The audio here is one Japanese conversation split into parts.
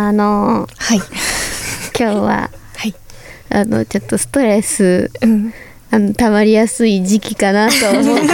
はい。 今日は、 はい。 ちょっとストレス、溜まりやすい時期かなと思って。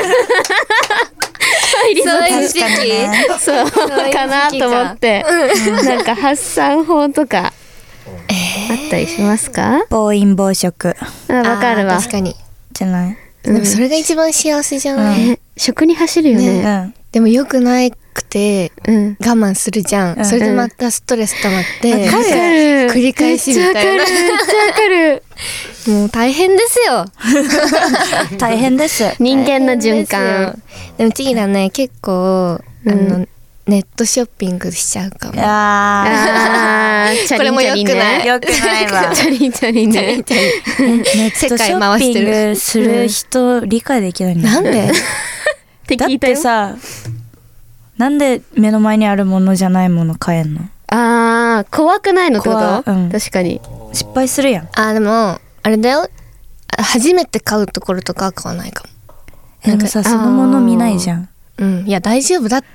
そういう時期そうかなと思って、なんか発散法とかあったりしますか？ 暴飲暴食。 わかるわ。 確かに。 じゃない？ でもそれが一番幸せじゃない？ 食に走るよね。 でも良くなくて我慢するじゃん。それでまたストレス溜まって繰り返しみたいな。 めっちゃわかる。 もう大変ですよ。 大変です。 人間の循環。 でも次だね、結構ネットショッピングしちゃうかも。 チャリンチャリンね。 これも良くない？良くないわ。 チャリンチャリンね。 ネットショッピングする人理解できないんだ。 なんで？ だってさ、なんで目の前にあるものじゃないもの買えんの？ 怖くないのってこと？確かに失敗するやん。 でもあれだよ、初めて買うところとかは買わないかも。 でもさ、そのもの見ないじゃん。 いや大丈夫だって。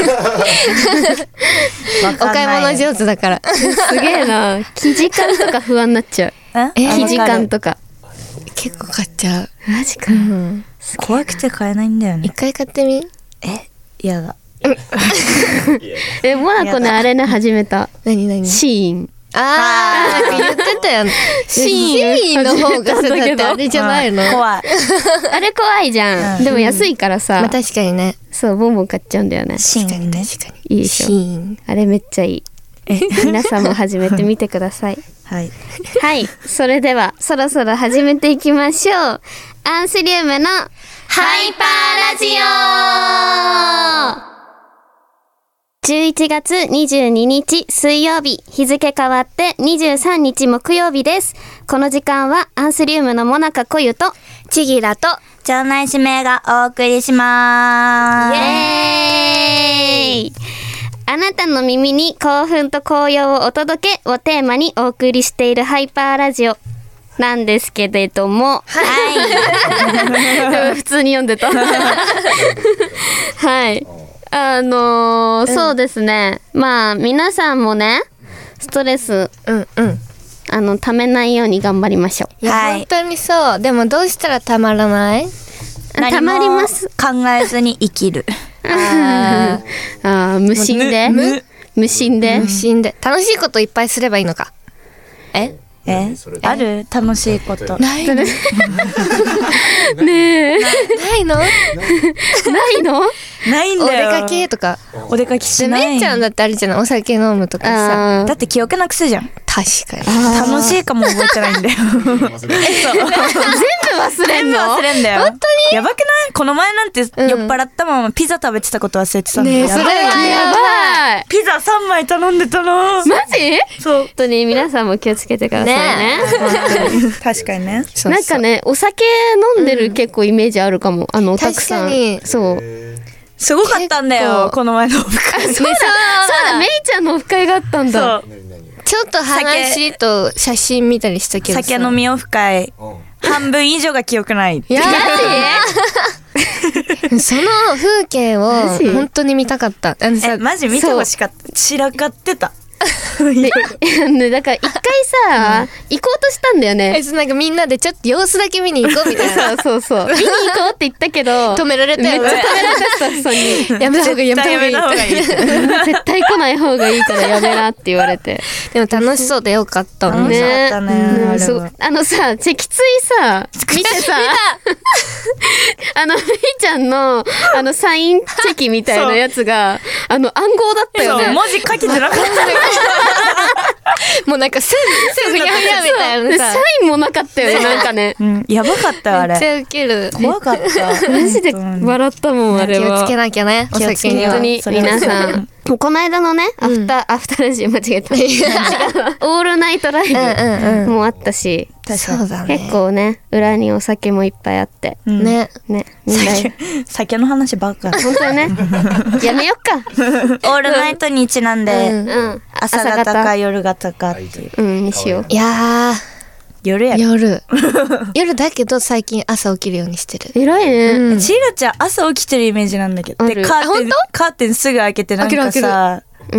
お買い物上手だから。 すげえな。生地感とか不安になっちゃう。生地感とか結構買っちゃう。 マジか。 怖くて買えないんだよね。 一回買ってみ。 やだ。 モナコね、あれね、始めた。 何？ シーン。 言ってたよね。シーンの方がさ、だってあれじゃないの？ 怖い。 あれ怖いじゃん。でも安いからさ。 確かにね。 そう、ボンボン買っちゃうんだよね。 シーンね。 確かに。 いいでしょ。あれめっちゃいい。皆さんも始めてみてください。 はい。 はい。それでは、そろそろ始めていきましょう。アンスリウムのハイパーラジオ！11月22日水曜日、日付変わって23日木曜日です。この時間はアンスリウムのモナカコユとチギラと場内指名がお送りしまーす。 イエーイ！あなたの耳に興奮と高揚をお届けをテーマにお送りしているハイパーラジオなんですけれども、はい。普通に読んでた。はい。そうですね。まあ皆さんもね、ストレスためないように頑張りましょう。 いや、本当にそう。でもどうしたらたまらない？ たまります。 考えずに生きる。 無心で無心で楽しいこといっぱいすればいいのか。 ある？楽しいことないの？ねえ、ないの？ ないの？ ないんだよ。 お出かけとか。 お出かけしない。 めいちゃんだってあるじゃない、お酒飲むとかさ。 だって記憶なくすじゃん。 確かに。 楽しいかも覚えてないんだよ。 全部忘れんの？ 忘れんだよ。 本当に？ やばくない？この前なんて酔っ払ったままピザ食べてたこと忘れてたんだよ。 ねえ、それはやばい。 ピザ3枚頼んでたの。 マジ？ そう。 本当に皆さんも気をつけてくださいね。 確かにね。 なんかね、お酒飲んでる結構イメージあるかも。たくさん。 確かに。 そう。 すごかったんだよ、この前のオフ会。 そうだ、めいちゃんのオフ会があったんだ。 ちょっと話と写真見たりしたけどさ、 酒飲みオフ会半分以上が記憶ない。 やだその風景を本当に見たかった。 マジ見てほしかった。散らかってた。 ね、だから一回さ、行こうとしたんだよね。 なんかみんなでちょっと様子だけ見に行こうみたいな。 そう見に行こうって言ったけど止められたよ。 めっちゃ止められたスタッフさんに。 やめた方がいい。 絶対来ない方がいいからやめなって言われて。 でも楽しそうでよかったもんね。 さ、脊椎さ見てさ、めいちゃんのサインチェキみたいなやつが暗号だったよね。 文字書けてなかった。 もうなんかすぐやめみたいなさ、 サインもなかったよね、なんかね。 やばかったあれ。 めっちゃウケる。 怖かった。 マジで笑ったもんあれは。 気をつけなきゃね、お酒には。 本当に皆さん。この間のね、アフターラジオ間違えた。オールナイトライブもあったし、 そうだね。 結構ね、裏にお酒もいっぱいあって、 ね、 酒の話ばっか。 本当にね、やめよっか。 オールナイトにちなんで、朝方か夜方かっていう。 にしよう。 いや夜や。 夜だけど最近朝起きるようにしてる。 偉いね。 ちいらちゃん朝起きてるイメージなんだけど。でカーテンすぐ開けてなんかさ、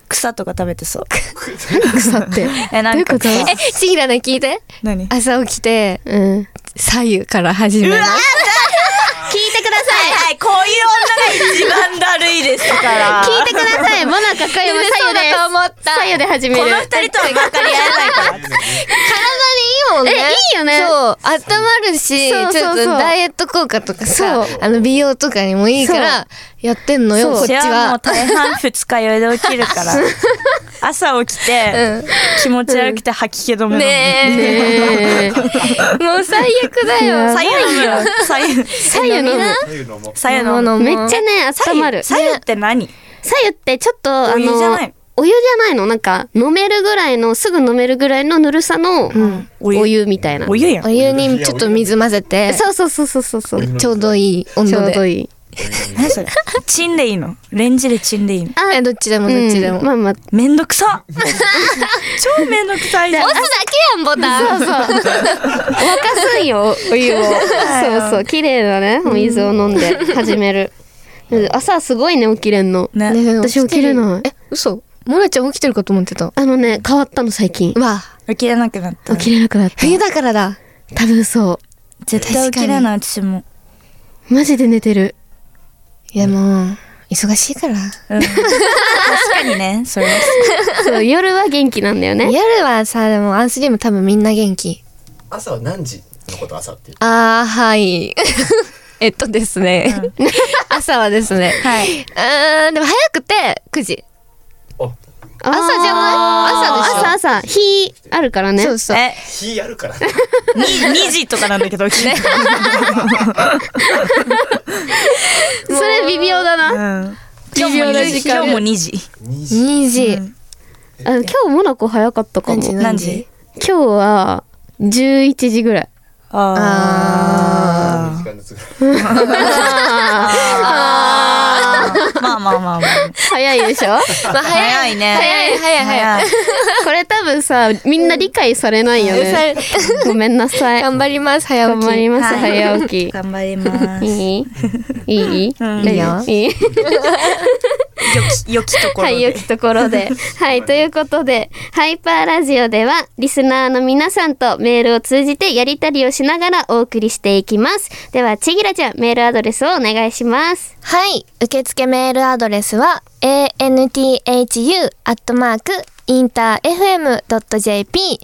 草とか食べてそう。 草ってなんかさ、 ちぎらね聞いて。 何？ 朝起きて、左右から始める。 聞いてください。 はい、こういう女が一番だるいですから。 聞いてください。モナカかよも左右で左右で始める。 この二人とは分かり合えないから。 体にいいもんね。 いいよね。 そう、温まるし、ちょっとダイエット効果とかさ、美容とかにもいいからやってんのよ、こっちは。 私はもう大半二日酔いで起きるから。朝起きて、気持ち悪くて吐き気止め飲む。 ねえ。もう最悪だよ。 左右飲む。左右飲む。 めっちゃね、温まる。 左右って何？ 左右ってちょっとお湯じゃない？ お湯じゃないの、なんか飲めるぐらいの、すぐ飲めるぐらいのぬるさのお湯みたいな。 お湯やん。 お湯にちょっと水混ぜて。 そうそうそうそうそう。 ちょうどいい温度で。 ちょうどいい。 何それ？チンでいいの？レンジでチンでいいの？ どっちでもどっちでも。 まあまあ。 めんどくさ。超めんどくさいじゃん。 押すだけやんボタン。 そうそう。沸かすんよお湯を。そうそう。綺麗なねお水を飲んで始める。朝すごいね起きれんの。 ね。 私起きれない。 嘘。モナちゃん起きてるかと思ってた。 変わったの最近。 わ起きれなくなった。 起きれなくなった。 冬だからだ。 多分そう。 絶対起きれない私も。 マジで寝てる。 いやもう忙しいから。 確かにね。それはそう。夜は元気なんだよね。 夜はさでもアンスリーム多分みんな元気。 朝は何時のこと朝っていう？ はいですね。朝はですね。 はい。 でも早くて9時。 朝じゃない？朝日あるからね。 そうそう。 日あるから。 2時とかなんだけど起きて。 それ微妙だな。 今日も2時。 2時。 今日モナコ早かったかも。 何時？ 今日は11時ぐらい。 まあ早いでしょ？ 早いね。 早い。 これ多分さみんな理解されないよね。ごめんなさい。 頑張ります早起き。 頑張ります早起き。 頑張ります。 いい？ いいよ。 いい？ 良きところで。 はい、良きところで。はい、ということで、ハイパーラジオでは、リスナーの皆さんとメールを通じてやり取りをしながらお送りしていきます。では、ちぎらちゃん、メールアドレスをお願いします。 はい、受付メールアドレスは、anthu@interfm.jp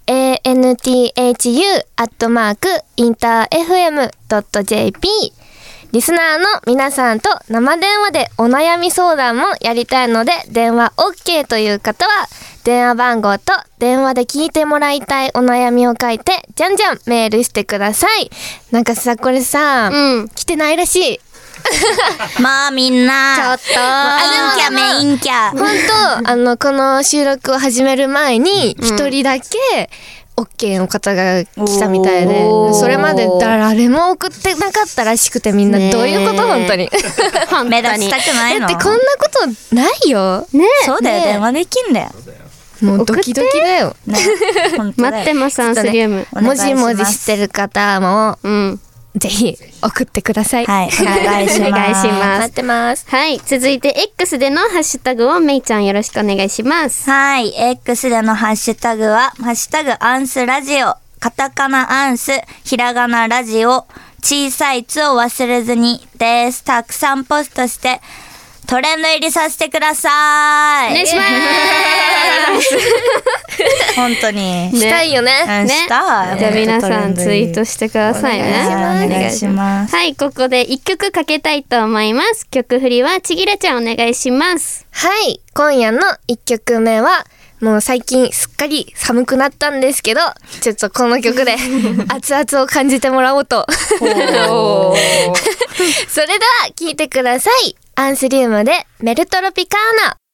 anthu@interfm.jp リスナーの皆さんと生電話でお悩み相談もやりたいので電話 OK という方は電話番号と電話で聞いてもらいたいお悩みを書いてじゃんじゃんメールしてください。なんかさこれさ、来てないらしい。 まあみんなちょっとメインキャ本当この収録を始める前に一人だけOK の方が来たみたいで、それまで誰も送ってなかったらしくてみんなどういうこと本当に目立ちたくないの？ だってこんなことないよね。 そうだよ、電話できんだよ。 もうドキドキだよ、 ね、 待ってますアンスリウム。 もじもじしてる方も、ぜひ送ってください。 はい、お願いします。 待ってます。 はい、続いて X でのハッシュタグをめいちゃんよろしくお願いします。 はい、X でのハッシュタグはハッシュタグアンスラジオ、カタカナアンス、ひらがなラジオ、小さいつを忘れずにです。たくさんポストしてトレンド入りさせてください。 お願いします。 本当にしたいよね。 したい。 じゃあ皆さんツイートしてくださいね。 お願いします。 はい、ここで一曲かけたいと思います。曲振りはちぎらちゃんお願いします。 はい、今夜の1曲目はもう最近すっかり寒くなったんですけどちょっとこの曲で熱々を感じてもらおうとそれでは聴いてください。アンスリウムでメルトロピカーナ。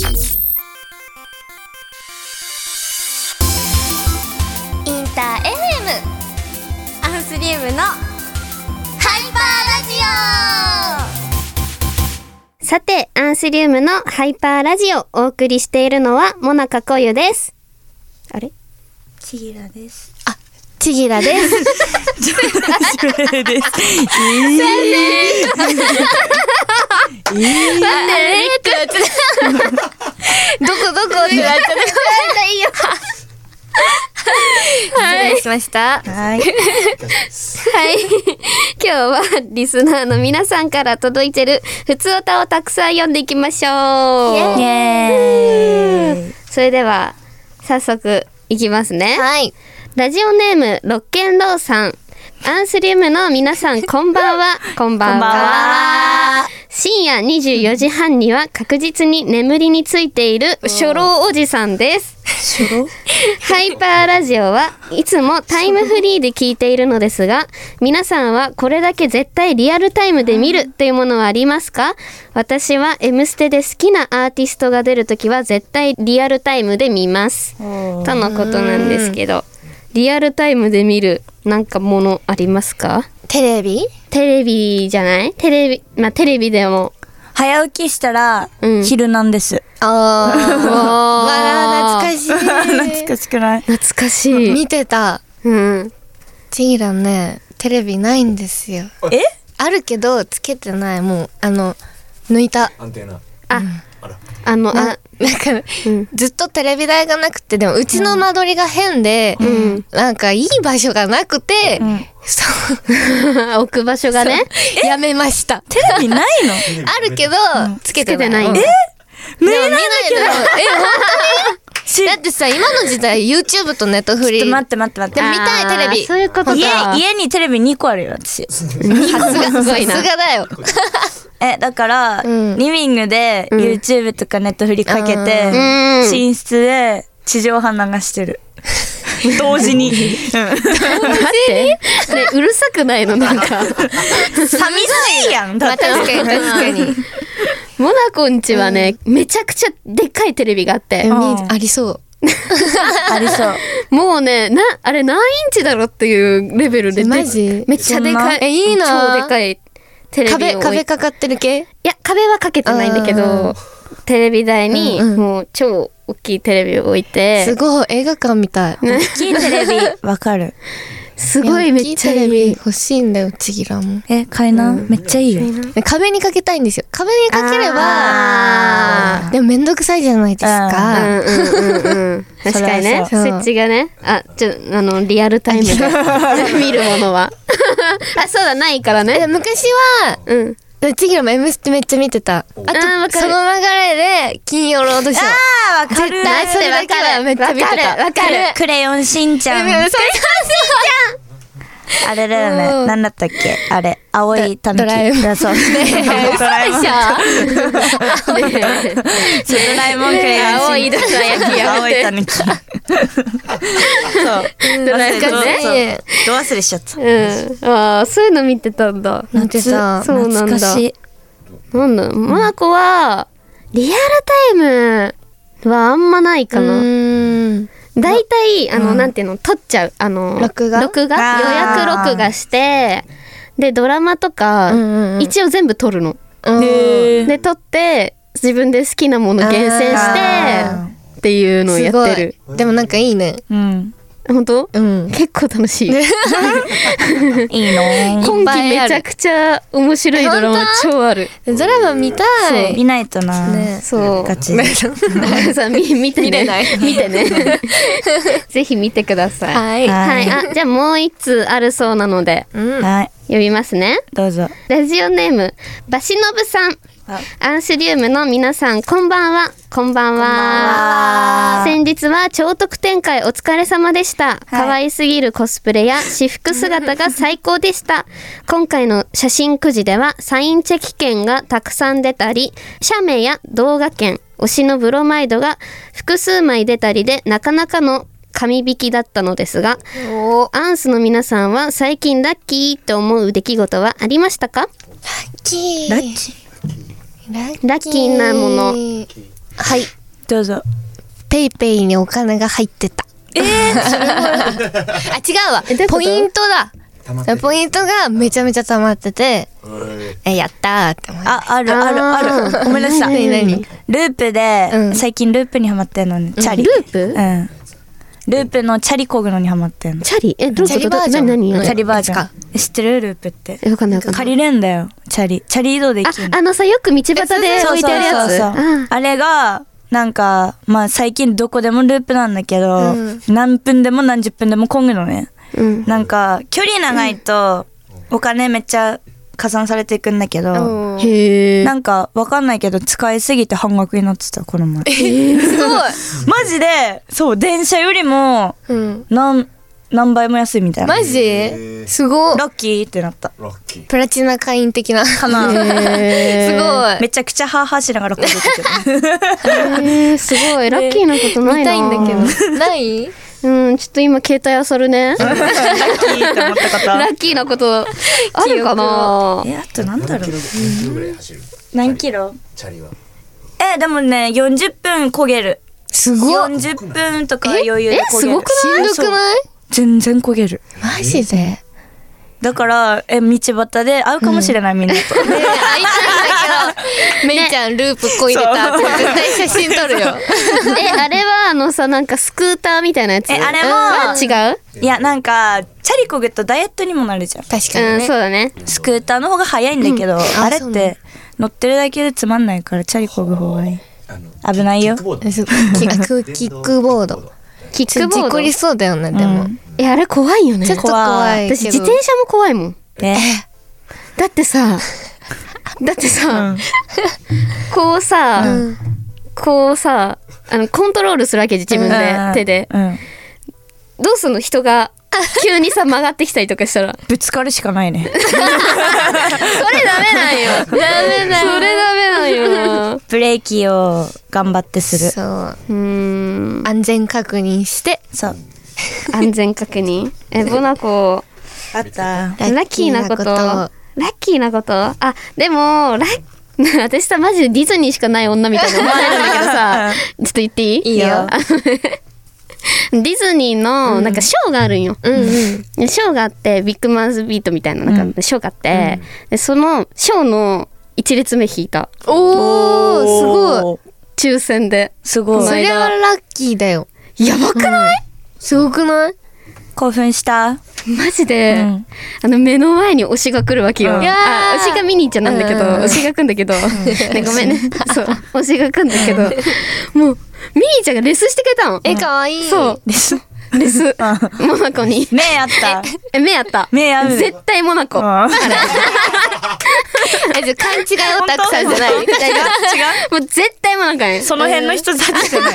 インター FM アンスリウムのハイパーラジオ。 さて、アンスリウムのハイパーラジオをお送りしているのはモナカコユです。あれ？ ちぎらです。 ちちぎらです。 です。 どこってなっちゃった。いいよ。失礼しました。 はい。 今日はリスナーの皆さんから届いてるふつおたをたくさん読んでいきましょう。 イエーイ。 それでは早速いきますね。 はい。 ラジオネームロッケンローさん、アンスリウムの皆さんこんばんは。こんばんは。深夜24時半には確実に眠りについている初老おじさんです。ハイパーラジオはいつもタイムフリーで聞いているのですが、皆さんはこれだけ絶対リアルタイムで見るというものはありますか？私は M ステで好きなアーティストが出るときは絶対リアルタイムで見ます。とのことなんですけど、リアルタイムで見るなんかものありますか？ テレビじゃない？テレビでも早起きしたら、昼なんです。 わあ、懐かしい。 懐かしくない？ 懐かしい。 見てた。ちぎらね、テレビないんですよ。あるけどつけてない。もう抜いた。 アンテナ。 なんか、ずっとテレビ台がなくて、でもうちの間取りが変で、なんかいい場所がなくて、 置く場所がね、 やめました。 テレビないの？ あるけど、つけてない。 見れないんだけど。 本当に？だってさ、今の時代 YouTube とネットフリー。 ちょっと待って。 で見たいテレビ。 そういうことか。 家にテレビ2個あるよ、私。 さすがだよ。 だから、リビングで YouTube とかネットフリかけて、寝室で地上波流してる。同時に。 待ってね、うるさくないの？なんか寂しいやん。だって確かに。 モナコんちはね、めちゃくちゃでっかいテレビがあって、 ありそう。 ありそう。 もうね、あれ何インチだろっていうレベルで、 マジめっちゃでかい。 いいな。 超でかいテレビを壁かかってる系？ いや、壁はかけてないんだけど、テレビ台にもう超大きいテレビを置いて、 すごい映画館みたい。 大きいテレビわかる。 すごいめっちゃいい。 テレビ欲しいんだよ、ちぎらも。 買いな。めっちゃいいよ。 壁にかけたいんですよ。壁にかければ、でもめんどくさいじゃないですか。 確かにね、スイッチがね、リアルタイムで見るものは。そうだ、ないからね。 昔は、ちぎらも M ステめっちゃ見てた。あと、その流れで、金曜ロードショー。 わかる。 それだけはめっちゃ見てた。 わかる。クレヨンしんちゃん。あれだよね。なんだったっけ？あれ、青いタヌキ。 ドラえもん。 そう。ドラえもん。ドラえもんクレヨン。 青いどら焼きや。 青いタヌキ。そう。 ドラえもんね。 ど忘れしちゃった。 そういうの見てたんだ。 見てた。 そうなんだ。 懐かしい。 なんだ、モナコはリアルタイムはあんまないかな。だいたいなんていうの、撮っちゃう、録画予約録画して、でドラマとか一応全部撮るの。で撮って自分で好きなもの厳選してっていうのをやってる。 でもなんかいいね。 本当？結構楽しい。いいの。 今期めちゃくちゃ面白いドラマ超ある。 ドラマ見たい。 見ないとな。 そう。 ガチで。 見てね。見てね。ぜひ見てください。はい。じゃあもう一通あるそうなので、読みますね。 どうぞ。 ラジオネームバシノブさん。アンスリウムの皆さんこんばんは。こんばんは。先日は超特典会お疲れ様でした。可愛すぎるコスプレや私服姿が最高でした。今回の写真くじではサインチェキ券がたくさん出たり、写メや動画券、推しのブロマイドが複数枚出たりで、なかなかの神引きだったのですが、アンスの皆さんは最近ラッキーと思う出来事はありましたか？ ラッキーなもの。 はい、 どうぞ。 ペイペイにお金が入ってた。違うわ。ポイントだ。ポイントがめちゃめちゃ溜まってて、やったーって思って。 ある。ごめんなさい。ループで、最近ループにハマってるのね。チャリ。 ループ？ ループのチャリこぐのにハマってんの。 チャリどういうこと？ チャリバージョン何チャリバージョン。知ってる？ループって。 わかんないわかんない。 借りれんだよ、チャリ移動できるの。 さ、よく道端で置いてあるやつ。 そうあれがなんかまあ最近どこでもループなんだけど、何分でも何十分でもこぐのね。なんか距離長いとお金めっちゃ加算されていくんだけど、 へえ。 なんかわかんないけど使いすぎて半額になってたこの前。 すごいマジでそう電車よりも何倍も安いみたいな。 マジすごいラッキーってなった。 ラッキー。 プラチナ会員的なかな。 すごいめちゃくちゃハーハーしながらこう出てくる。 すごいラッキーなことないな。 見たいんだけどないちょっと今携帯漁るね。 ラッキーって思った方。 ラッキーなことあるかな。 あとなんだろう。 何キロぐらい走る？ 何キロ？ チャリは。 でもね40分こげる。 すごい 40分とか余裕でこげる。 すごくない？ しんどくない全然こげる。 マジでだから道端で会うかもしれない、みんなと。 会いたいんだけどめいちゃんループこいでたって絶対写真撮るよあれはさなんかスクーターみたいなやつ。 あれも違う？ いやなんかチャリこぐとダイエットにもなるじゃん。 確かにねそうだね。 スクーターの方が早いんだけど、あれっそうなんて乗ってるだけでつまんないからチャリこぐ方がいい。危ないよ。 キックボードキックボードキックボード。 事故りそうだよねでもあれ怖いよね。 ちょっと怖いけど私自転車も怖いもん。だってさこうさコントロールするわけじゃん自分で手で。どうすんの？人が急にさ曲がってきたりとかしたらぶつかるしかないね。 それダメなんよ。それダメなんよ。 ブレーキを頑張ってする。 そう安全確認してそう安全確認。ボナコあったラッキーなことでも私さマジでディズニーしかない女みたいな思われるんだけどさちょっと言っていい？ いいよディズニーのなんかショーがあるんよ。でショーがあってビッグマウスビートみたいななんかショーがあって、でそのショーの一列目引いた。 おーすごい抽選で。 すごい。 それはラッキーだよやばくない？ すごくない興奮した？ マジで、目の前に推しが来るわけよ。推しがミニーちゃんなんだけど、推しが来んだけねごめんね。そう推しが来んだけど、もうミニーちゃんがレスしてくれたの。 かわいいそうレスモナコに目あった。 目あった目ある。 絶対モナコ。 勘違いオタクさんじゃない違う。 もう絶対モナコやん。 その辺の人たちじゃない。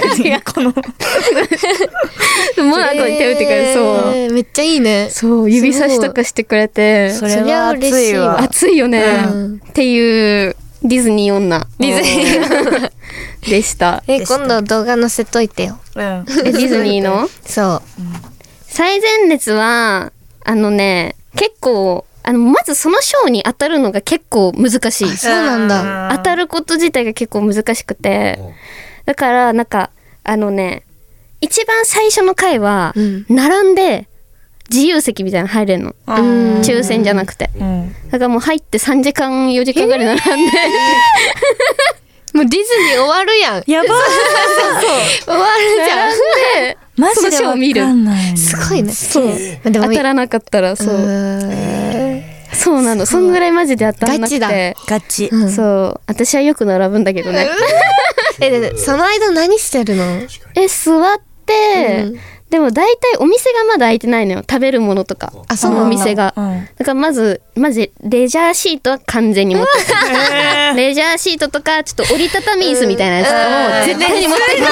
このモナコに手を打ってくれる。そうめっちゃいいねそう指差しとかしてくれて、 それは熱いわ。 熱いよね、っていうディズニー女でした。 今度動画載せといてよディズニーのそう最前列は結構まずそのショーに当たるのが結構難しい。 そうなんだ当たること自体が結構難しくて、だからなんか一番最初の回は並んで自由席みたいなの入れるの、抽選じゃなくて、だからもう入って3時間4時間ぐらい並んで、 もうディズニー終わるやんやばい。 終わるじゃんマジでわかんない。 すごいねそうでも当たらなかったらそうなの。そんぐらいマジで当たらなくてガチ。 そう私はよく並ぶんだけどね。 その間何してるの？ 座って、でも大体お店がまだ開いてないのよ。食べるものとかそのお店が、だからまずレジャーシートは完全に持ってるレジャーシートとかちょっと折りたたみ椅子みたいなやつを絶対に持ってくる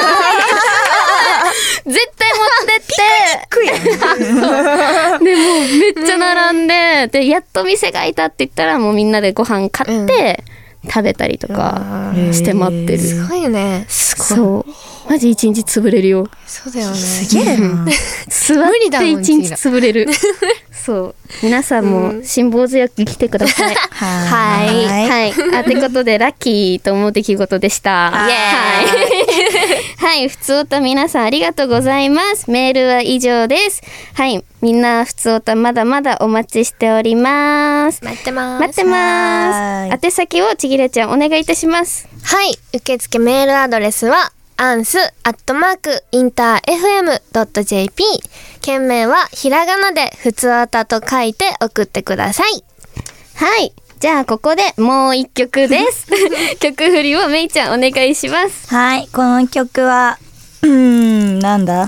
絶対持ってってでもうめっちゃ並んで、やっと店が開いたって言ったらもうみんなでご飯買って、食べたりとかして待ってる。 すごいね。 そうマジ一日潰れるよ。 そうだよね。 すげえな。 座って一日潰れる。そう皆さんも辛抱強く生きてください。はいってことでラッキーと思う出来事でした。はい、ふつおた皆さんありがとうございます。メールは以上です。はい、みんなふつおたまだまだお待ちしております。 待ってます。 待ってます。宛先をちぎれちゃんお願いいたします。 はい、受付メールアドレスは ans@interfm.jp 件名はひらがなでふつおたと書いて送ってください。 はい、じゃあここでもう一曲です曲振りをめいちゃんお願いします。 はい、この曲はなんだ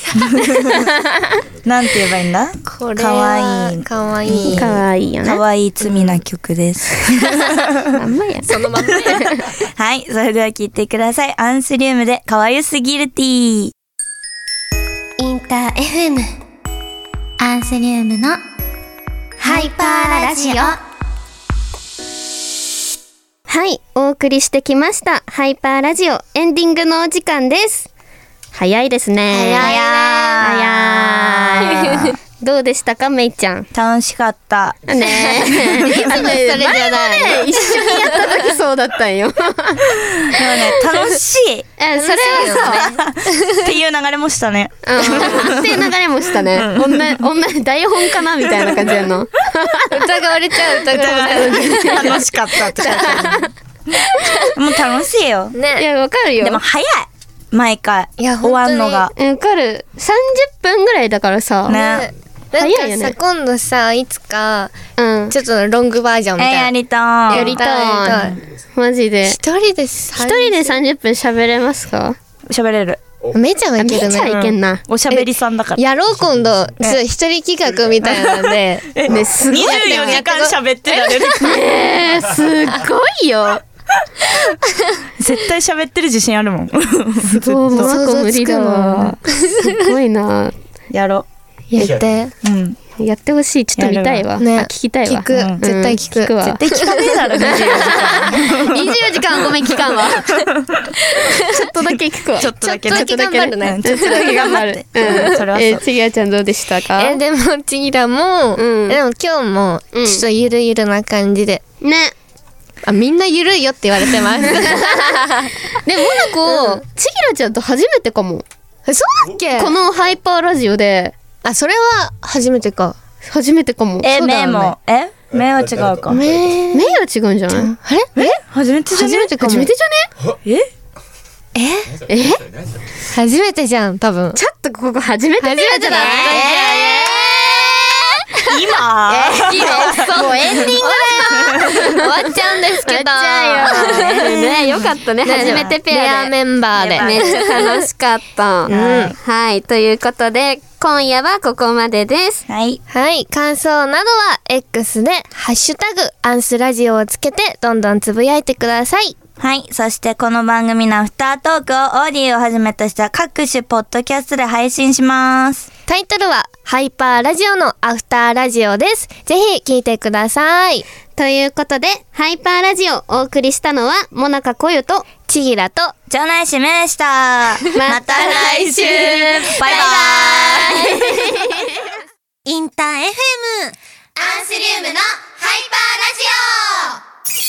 なんて言えばいいんだ。 これかわはいかわいいかわいいよね。 かわいい罪な曲ですあんまや。 そのまんまやはい、それでは聴いてください。アンスリウムでかわゆすぎるティー。 インター FM アンスリウムのハイパーラジオ。はい、お送りしてきましたハイパーラジオエンディングのお時間です。早いですね。早い。どうでしたかめいちゃん。 楽しかったねえそれじゃない一緒にやった時そうだったんよでもね、楽しいそれはっていう流れもしたね。 そうっていう流れもしたね。同じ台本かなみたいな感じやの疑われちゃう楽しかったってもう楽しいよ。 いね。 やわかるよ。 でも早い、毎回いや終わんのがわかる。30分ぐらいだからさ。 ね。 なん早いよねかさ、今度さ、いつかうん。 ちょっとロングバージョンみたいなやりたい。 やりたい。マジで。 一人で一人で30分喋れますか？ 喋れる。 めいちゃんはいけるめちゃね。 いけんな。 おしゃべりさんだから。 やろう今度一人企画みたいなんでね、すごい。24時間喋ってられる。 すっごいよ。 絶対喋ってる自信あるもん。 そう、もう無理だわ。すごいな。 やろやってう。うん。 やってほしい。ちょっと見たいわ。 ねあ、聞きたいわ。 聞く、 うん絶対聞く、 聞くわ。 絶対聞かねえだろ、24時 24時間ごめん聞かんわ。ちょっとだけ聞くわ。 ちょっとだけちょっとだけ頑張るねちょっとだけ頑張る。うん、それはそう。 ちぎらちゃんどうでしたか？ でもちぎらも、 うんでも今日もちょっとゆるゆるな感じで、 ね。 あ、みんなゆるいよって言われてますで、モナコ、ちぎらちゃんと初めてかも。 そうだっけ？ このハイパーラジオであ、それは初めてか。 初めてかも。 目そうだよねも、目は違うか。 目は違うんじゃない？ あれ？ 初めてじゃね初めてかも。 初めてじゃね？ 初めてじゃん、多分。 ちょっとここ初めて初めてだった今もうエンディング終わっちゃうんですけど。 ね、よかったね。初めてペレアで。 アメンバーで。 めっちゃ楽しかった。はい。ということで、今夜はここまでです。 はい。 はい、感想などは X でハッシュタグアンスラジオをつけてどんどんつぶやいてください。 はい。そしてこの番組のアフタートークをオーディをはじめとした各種ポッドキャストで配信します。 タイトルはハイパーラジオのアフターラジオです。ぜひ聞いてください。 ということで、ハイパーラジオをお送りしたのは、モナカコユと、 ちぎらと場内指名でした。また来週。バイバイ。 インター FM、 アンスリウムのハイパーラジオ。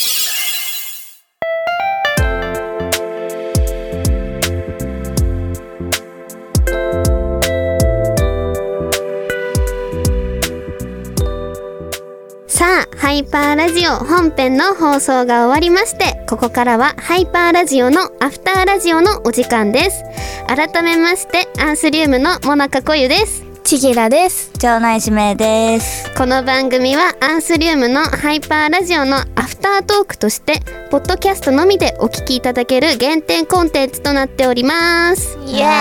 さあ、ハイパーラジオ本編の放送が終わりまして、ここからはハイパーラジオのアフターラジオのお時間です。改めまして、アンスリウムのモナカコユです。 ちぎらです。 場内指名です。 この番組はアンスリウムのハイパーラジオのアフタートークとしてポッドキャストのみでお聞きいただける限定コンテンツとなっております。 イエーイ。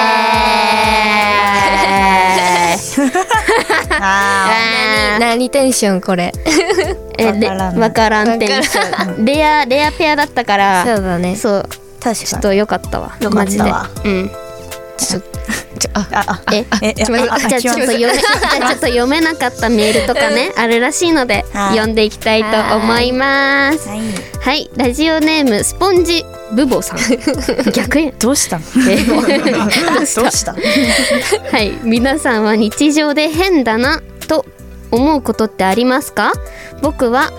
何テンションこれ。 わからんテンション。レアペアだったからそうだね。 そう確かちょっと良かったわ。 よかったわマジで。うん。 ちょじゃあちょっと読めなかったメールとかねあるらしいのではい読んでいきたいと思います。 はい。 はい、ラジオネームスポンジブボさん。逆や。 どうしたん？ どどうしたん？ はい、皆さんは日常で変だなと思うことってありますか？僕は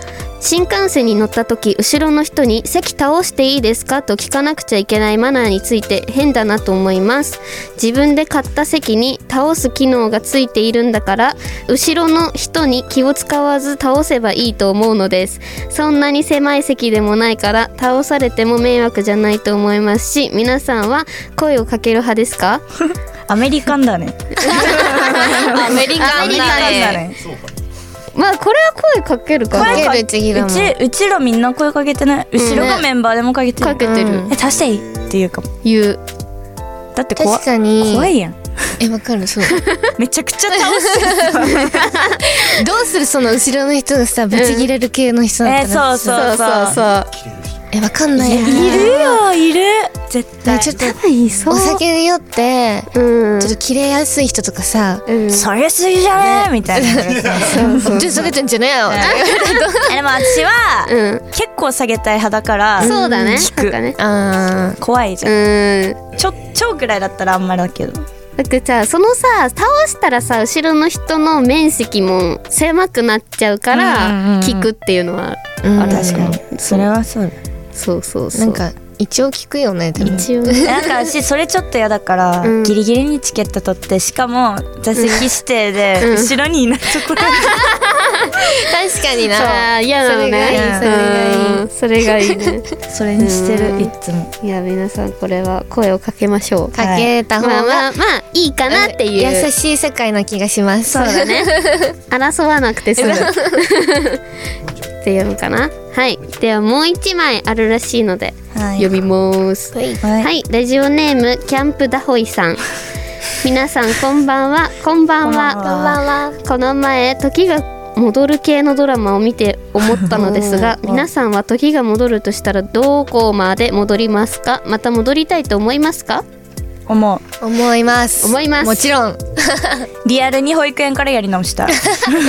新幹線に乗った時後ろの人に席倒していいですかと聞かなくちゃいけないマナーについて変だなと思います。自分で買った席に倒す機能がついているんだから後ろの人に気を使わず倒せばいいと思うのです。そんなに狭い席でもないから倒されても迷惑じゃないと思いますし、皆さんは声をかける派ですか？ アメリカンだね。 アメリカンだね。 まあこれは声かけるかな。 かける次だもん。 うちらみんな声かけてない。後ろがメンバーでもかけてる。 かけてる。 足していいって言うかも。 言う。 だって確かに怖いやん。 わかる。そうめちゃくちゃ倒してどうするその後ろの人がさブチ切れる系の人だったら、 そうわかんないよね。 いるよいる絶対。 ちょっといそう。 お酒によってちょっと切れやすい人とかさ、 それすぎじゃねみたいな。 こっちに下げてんじゃねえよ。 でも私は結構下げたい派だからそうだね。 聞く。 あ怖いじゃん。超くらいだったらあんまりだけど。 だってさ、そのさ倒したらさ後ろの人の面積も狭くなっちゃうから聞くっていうのはある。 確かにそれはそうだ。 そうなんか一応聞くよね。でも一応なんか私それちょっと嫌だからギリギリにチケット取って、しかも座席指定で後ろにいないところに確かにな。 嫌だね。それがいいね。 それにしてるいつも。 いや皆さんこれは声をかけましょう。 かけた方がまあいいかなっていう優しい世界な気がします。 そうだね。争わなくて済むって読むかな。はい、ではもう一枚あるらしいので読みます。はい、ラジオネームキャンプダホイさん。皆さんこんばんは。こんばんは。この前時が戻る系のドラマを見て思ったのですが皆さんは時が戻るとしたらどこまで戻りますか？また戻りたいと思いますか？ 思います。もちろん。 リアルに保育園からやり直した。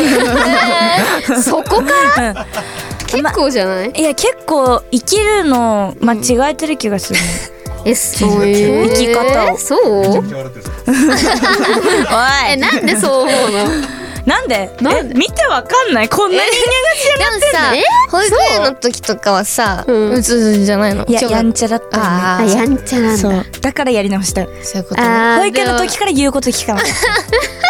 そこから結構じゃない？ いや結構生きるの間違えてる気がする。 そういう生き方を。 そう？おい。なんでそう思うの？ なんで見てわかんない？こんな人間がでもさ、保育園の時とかはさうつじゃないの？ いややんちゃだったよね。やんちゃなんだ。 そうだからやり直した。 そういうことね。 保育園の時から言うこと聞かなかった。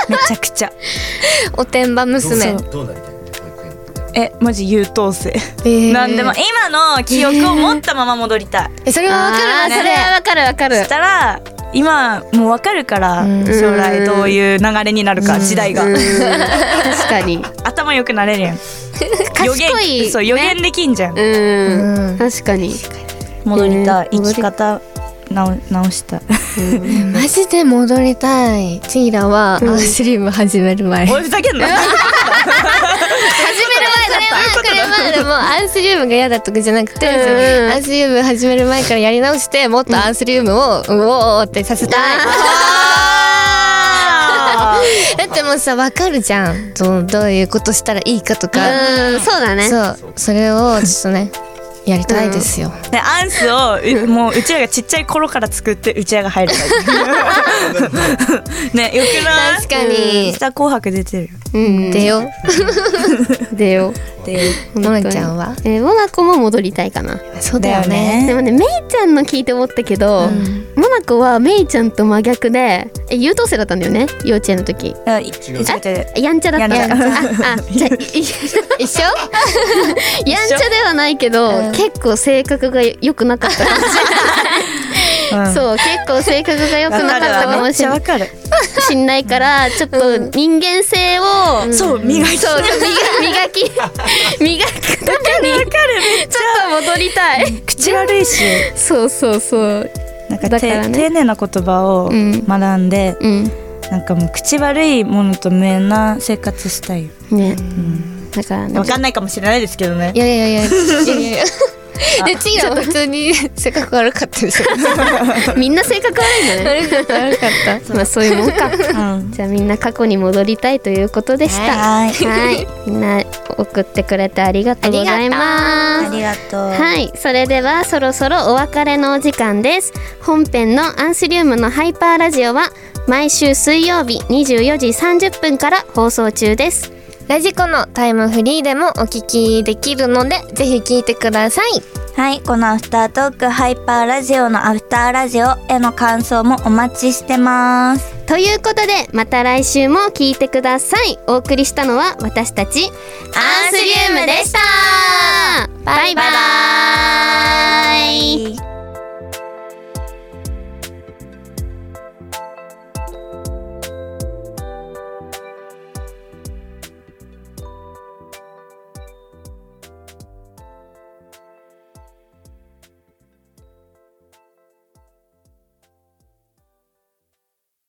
めちゃくちゃおてんば娘。 どうなりたい？ マジ優等生。なんでも今の記憶を持ったまま戻りたい。 それはわかる。 それはわかる。 そしたら今もうわかるから将来どういう流れになるか時代が。 確かに頭良くなれるやん。 賢い。 そう予言できんじゃん。 確かに戻りたい。生き方直した。 マジで戻りたい。チーラはアンスリウム始める前。 おいふざけんな。 これはでもアンスリウムが嫌だとかじゃなくて、アンスリウム始める前からやり直してもっとアンスリウムをおーってさせたい。だってもうさ分かるじゃん。どういうことしたらいいかとか。 そうだね。 それをちょっとねやりたいですよ。 でアンスをもううちらがちっちゃい頃から作ってうちらが入るからね。よくない？ 確かに。 下紅白出てるよ。 出よモナちゃんは？ モナコも戻りたいかな。 そうだよね。 でもねメイちゃんの聞いて思ったけど、モナコはメイちゃんと真逆で優等生だったんだよね、幼稚園の時。 やんちゃだった。じゃ一緒？やんちゃではないけど結構性格が良くなかったかもしれない。そう結構性格が良くなかったかもしれないからちょっと人間性をそう磨くためにちょっと戻りたい。 口悪いし。 そうなんか丁寧な言葉を学んでなんかもう口悪いものと無縁な生活したいよね。だから分かんないかもしれないですけどね。 いやでチーラは普通に性格悪かったでしょ。 みんな性格悪いんだね。 悪かった。 まあそういうもんか。じゃあみんな過去に戻りたいということでした。はい。みんな送ってくれてありがとうございます。 ありがとう。 はい。それではそろそろお別れのお時間です。本編のアンスリウムのハイパーラジオは毎週水曜日24時30分から放送中です。 ラジコのタイムフリーでもお聞きできるので、ぜひ聞いてください。 はい、このアフタートークハイパーラジオのアフターラジオへの感想もお待ちしてます。 ということで、また来週も聞いてください。お送りしたのは私たちアンスリウムでした。バイバイ。